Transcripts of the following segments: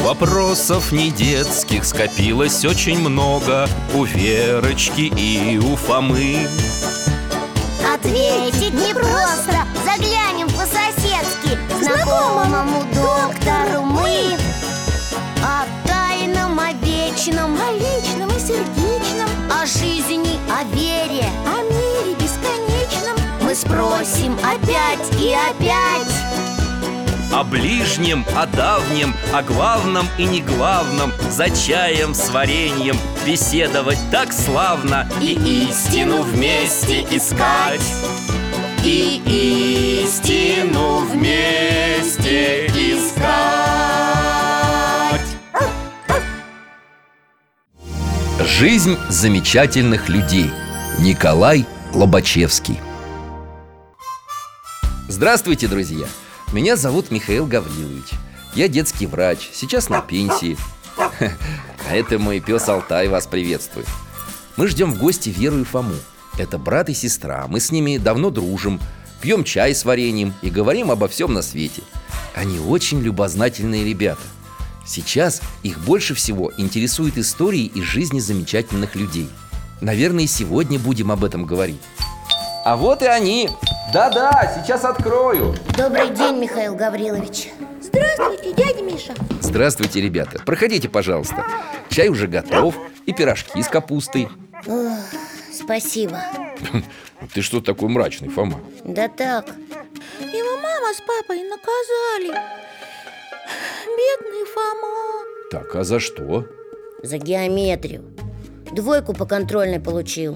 Вопросов не детских скопилось очень много у Верочки и у Фомы. Ответить непросто, заглянем по-соседски знакомому доктору мы. О тайном, о вечном, о личном и сердечном, о жизни, о вере, о мире бесконечном мы спросим опять и опять. О ближнем, о давнем, о главном и неглавном, за чаем с вареньем беседовать так славно. И истину вместе искать, и истину вместе искать. Жизнь замечательных людей. Николай Лобачевский. Здравствуйте, друзья! Меня зовут Михаил Гаврилович. Я детский врач, сейчас на пенсии. А это мой пес Алтай вас приветствует. Мы ждем в гости Веру и Фому. Это брат и сестра, мы с ними давно дружим, пьем чай с вареньем и говорим обо всем на свете. Они очень любознательные ребята. Сейчас их больше всего интересуют истории из жизни замечательных людей. Наверное, и сегодня будем об этом говорить. А вот и они! Да-да, сейчас открою. Добрый день, Михаил Гаврилович. Здравствуйте, дядя Миша. Здравствуйте, ребята. Проходите, пожалуйста. Чай уже готов, и пирожки с капустой. Ох, спасибо. Ты что такой мрачный, Фома? Да так. Его мама с папой наказали. Бедный Фома. Так, а за что? За геометрию. 2 по контрольной получил.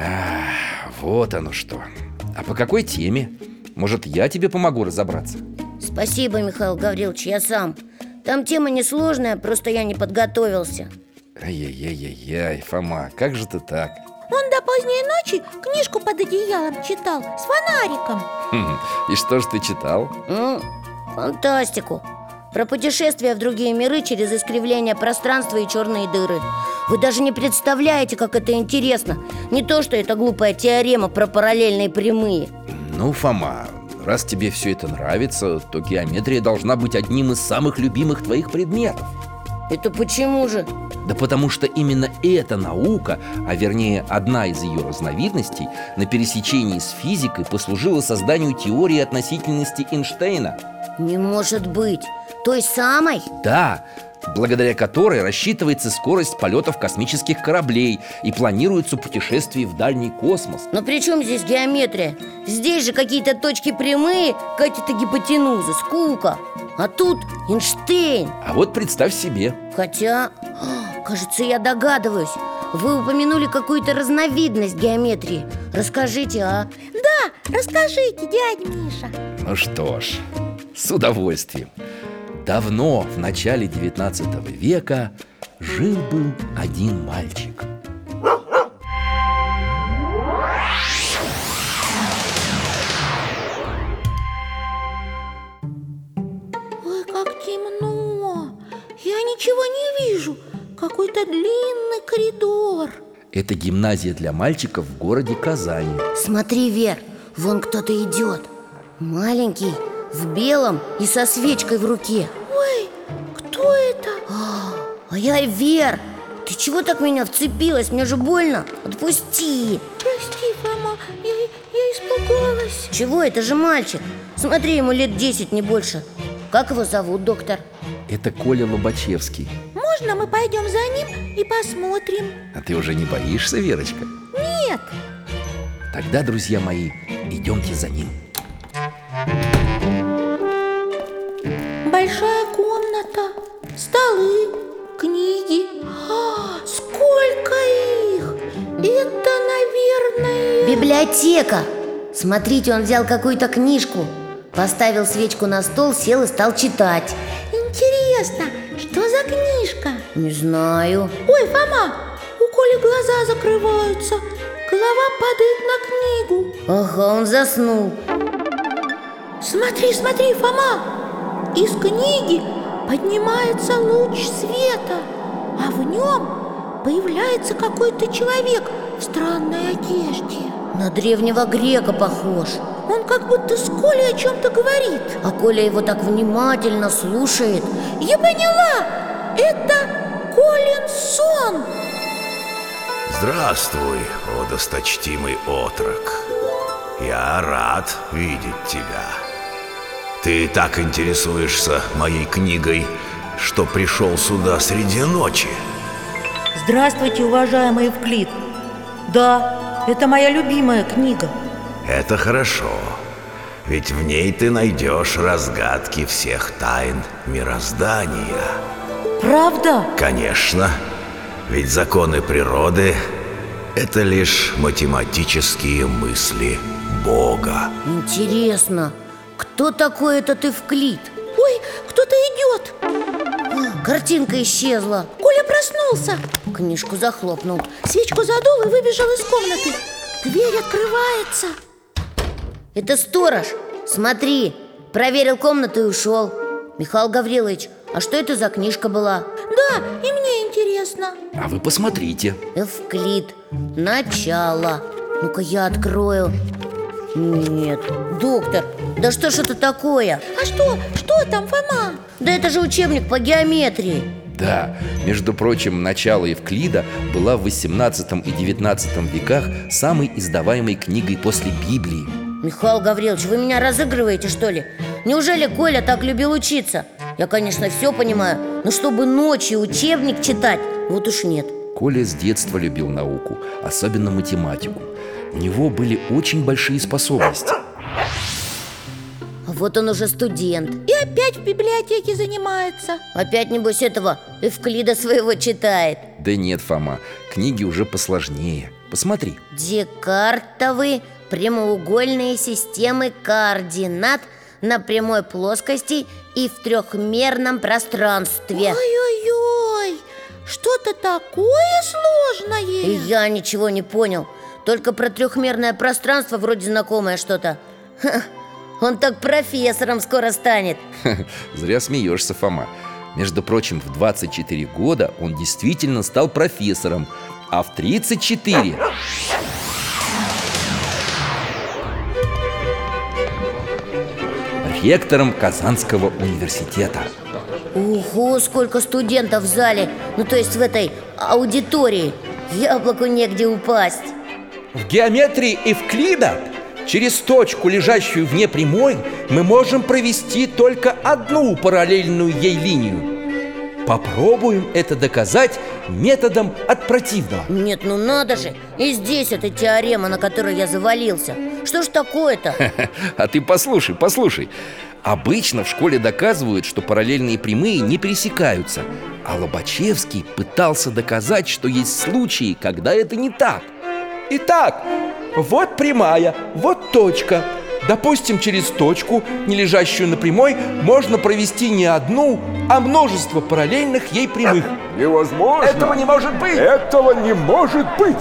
Вот оно что. А по какой теме? Может, я тебе помогу разобраться? Спасибо, Михаил Гаврилович, я сам. Там тема несложная, просто я не подготовился. Ай-яй-яй-яй, Фома, как же ты так? Он до поздней ночи книжку под одеялом читал с фонариком. И что же ты читал? Фантастику. Про путешествия в другие миры через искривление пространства и черные дыры. Вы даже не представляете, как это интересно. Не то, что это глупая теорема про параллельные прямые. Ну, Фома, раз тебе все это нравится, то геометрия должна быть одним из самых любимых твоих предметов. Это почему же? Да потому что именно эта наука, а вернее одна из ее разновидностей, на пересечении с физикой послужила созданию теории относительности Эйнштейна. Не может быть. Той самой? Да, благодаря которой рассчитывается скорость полетов космических кораблей и планируется путешествие в дальний космос. Но при чем здесь геометрия? Здесь же какие-то точки прямые, какие-то гипотенузы, скука. А тут Эйнштейн. А вот представь себе. Хотя, кажется, я догадываюсь. Вы упомянули какую-то разновидность геометрии. Расскажите, а? Да, расскажите, дядя Миша. Ну что ж, с удовольствием. Давно, в начале 19 века, жил-был один мальчик. Ой, как темно. Я ничего не вижу. Какой-то длинный коридор. Это гимназия для мальчиков в городе Казани. Смотри, Вер, вон кто-то идет. Маленький, в белом и со свечкой в руке. Ой, кто это? А я Вер. Ты чего так в меня вцепилась? Мне же больно. Отпусти. Прости, Фома, я испугалась. Чего? Это же мальчик. Смотри, ему лет 10, не больше. Как его зовут, доктор? Это Коля Лобачевский. Можно мы пойдем за ним и посмотрим? А ты уже не боишься, Верочка? Нет. Тогда, друзья мои, идемте за ним. Большая комната, столы, книги. Сколько их! Это, наверное... Библиотека. Смотрите, он взял какую-то книжку, поставил свечку на стол, сел и стал читать. Интересно, что за книжка? Не знаю. Ой, Фома, у Коли глаза закрываются, голова падает на книгу. Ага, он заснул. Смотри, смотри, Фома, из книги поднимается луч света, а в нем появляется какой-то человек в странной одежде. На древнего грека похож. Он как будто с Колей о чем-то говорит. А Коля его так внимательно слушает. Я поняла! это Колин сон. Здравствуй, о досточтимый отрок. Я рад видеть тебя. Ты так интересуешься моей книгой, что пришел сюда среди ночи. Здравствуйте, уважаемый Евклид. Да, это моя любимая книга. Это хорошо, ведь в ней ты найдешь разгадки всех тайн мироздания. Правда? Конечно, ведь законы природы – это лишь математические мысли Бога. Интересно, кто такой этот Евклид? Ой, кто-то идет. Картинка исчезла. Коля проснулся, Книжку захлопнул. свечку задул и выбежал из комнаты. Дверь открывается. Это сторож. Смотри, проверил комнату и ушел. Михаил Гаврилович, а что это за книжка была? Да, и мне интересно. А вы посмотрите. Евклид. Начало. Ну-ка я открою. Нет, доктор, да что ж это такое? А что там, Фома? Да это же учебник по геометрии. Да, между прочим, начало Евклида была в 18 и 19 веках самой издаваемой книгой после Библии. Михаил Гаврилович, вы меня разыгрываете, что ли? Неужели Коля так любил учиться? Я, конечно, все понимаю, но чтобы ночью учебник читать, вот уж нет. Коля с детства любил науку, особенно математику. У него были очень большие способности. А вот он уже студент. И опять в библиотеке занимается. Опять, небось, этого Евклида своего читает. Да нет, Фома, книги уже посложнее. Посмотри. Декартовые прямоугольные системы координат на прямой плоскости и в трехмерном пространстве. Ой-ой-ой, что-то такое сложное. И я ничего не понял. Только про трехмерное пространство вроде знакомое что-то. Ха, он так профессором скоро станет. Зря смеешься, Фома. Между прочим, в 24 года он действительно стал профессором, а в 34 ректором Казанского университета. Ого, сколько студентов в зале. Ну, то есть в этой аудитории. Яблоку негде упасть. В геометрии Евклида через точку, лежащую вне прямой, мы можем провести только одну параллельную ей линию. Попробуем это доказать методом от противного. Нет, ну надо же. И здесь эта теорема, на которой я завалился. Что ж такое-то? А ты послушай. Обычно в школе доказывают, что параллельные прямые не пересекаются. А Лобачевский пытался доказать, что есть случаи, когда это не так. Итак, вот прямая, вот точка. Допустим, через точку, не лежащую на прямой, можно провести не одну, а множество параллельных ей прямых. Невозможно! Этого не может быть! Этого не может быть!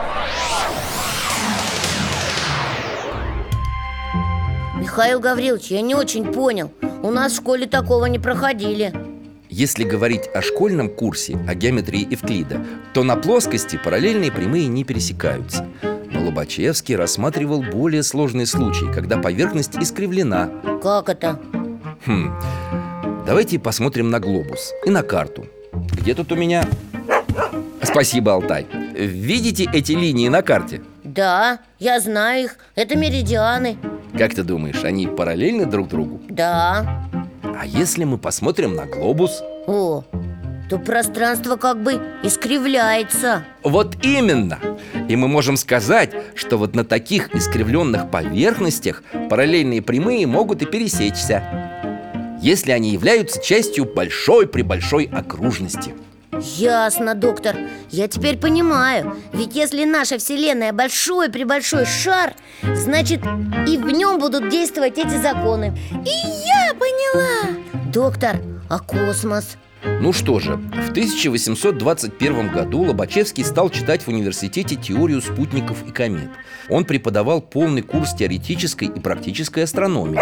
Михаил Гаврилович, я не очень понял. У нас в школе такого не проходили. Если говорить о школьном курсе, о геометрии Евклида, то на плоскости параллельные прямые не пересекаются. Но Лобачевский рассматривал более сложные случаи, когда поверхность искривлена. Как это? Давайте посмотрим на глобус и на карту. Где тут у меня? Спасибо, Алтай. Видите эти линии на карте? Да, я знаю их. Это меридианы. Как ты думаешь, они параллельны друг другу? Да. А если мы посмотрим на глобус? О, то пространство как бы искривляется. Вот именно! И мы можем сказать, что вот на таких искривленных поверхностях параллельные прямые могут и пересечься, если они являются частью большой-пребольшой окружности. Ясно, доктор. Я теперь понимаю. Ведь если наша Вселенная большой-пребольшой шар, значит и в нем будут действовать эти законы. И я поняла. Доктор, а космос? Ну что же, в 1821 году Лобачевский стал читать в университете теорию спутников и комет. Он преподавал полный курс теоретической и практической астрономии.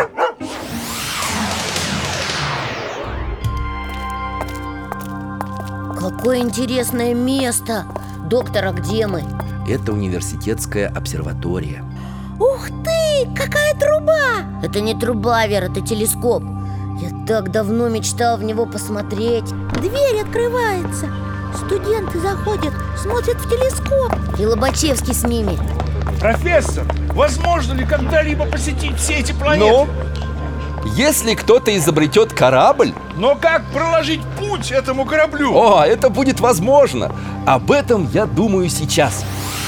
Какое интересное место. Доктор, а где мы? Это университетская обсерватория. Ух ты, какая труба! Это не труба, Вера, это телескоп. Я так давно мечтал в него посмотреть. Дверь открывается. Студенты заходят, смотрят в телескоп. И Лобачевский с ними. Профессор, возможно ли когда-либо посетить все эти планеты? Но если кто-то изобретет корабль, Но как проложить путь этому кораблю? это будет возможно. Об этом я думаю сейчас.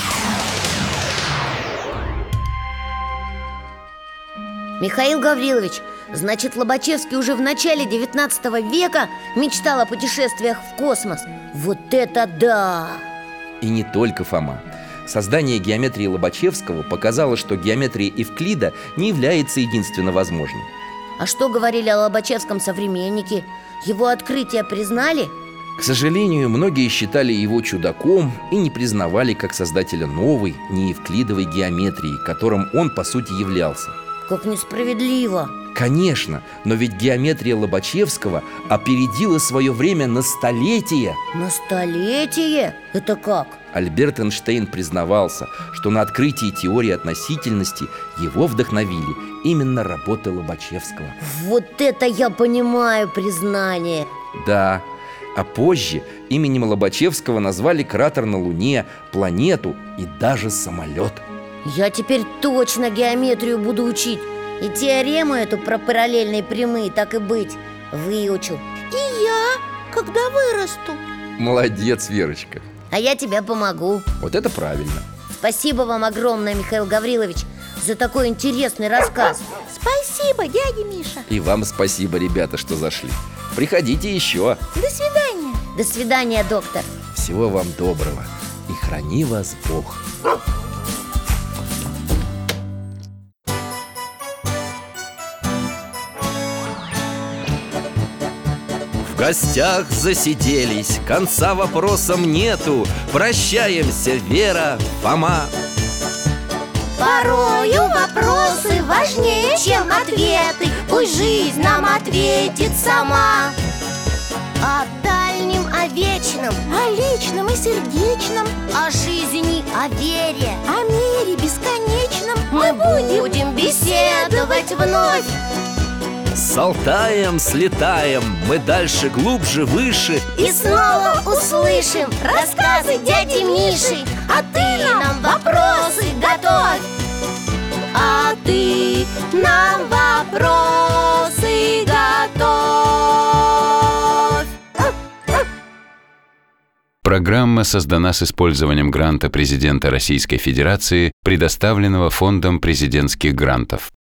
Михаил Гаврилович, значит, Лобачевский уже в начале 19 века мечтал о путешествиях в космос. Вот это да! И не только, Фома. Создание геометрии Лобачевского показало, что геометрия Евклида не является единственно возможной. А что говорили о Лобачевском современники? Его открытие признали? К сожалению, многие считали его чудаком и не признавали как создателя новой, неевклидовой геометрии, которым он по сути являлся. Как несправедливо! Конечно, но ведь геометрия Лобачевского опередила свое время на столетия. На столетие? Это как? Альберт Эйнштейн признавался, что на открытии теории относительности его вдохновили именно работы Лобачевского. Вот это я понимаю признание! Да, а позже именем Лобачевского назвали кратер на Луне, планету и даже самолет. Я теперь точно геометрию буду учить. И теорему эту про параллельные прямые, так и быть, выучу. И я, когда вырасту. Молодец, Верочка. А я тебе помогу. Вот это правильно. Спасибо вам огромное, Михаил Гаврилович, за такой интересный рассказ. Спасибо, дядя Миша. И вам спасибо, ребята, что зашли. Приходите еще. До свидания. До свидания, доктор. Всего вам доброго. И храни вас Бог. В гостях засиделись, конца вопросам нету. Прощаемся, Вера, Фома. Порою вопросы важнее, чем ответы. Пусть жизнь нам ответит сама. О дальнем, о вечном, О личном и сердечном, о жизни, о вере о мире бесконечном мы будем беседовать вновь. С Алтаем слетаем, мы дальше, глубже, выше. И снова услышим рассказы дяди Миши. А ты нам вопросы готовь. А ты нам вопросы готовь. Программа создана с использованием гранта президента Российской Федерации, предоставленного Фондом президентских грантов.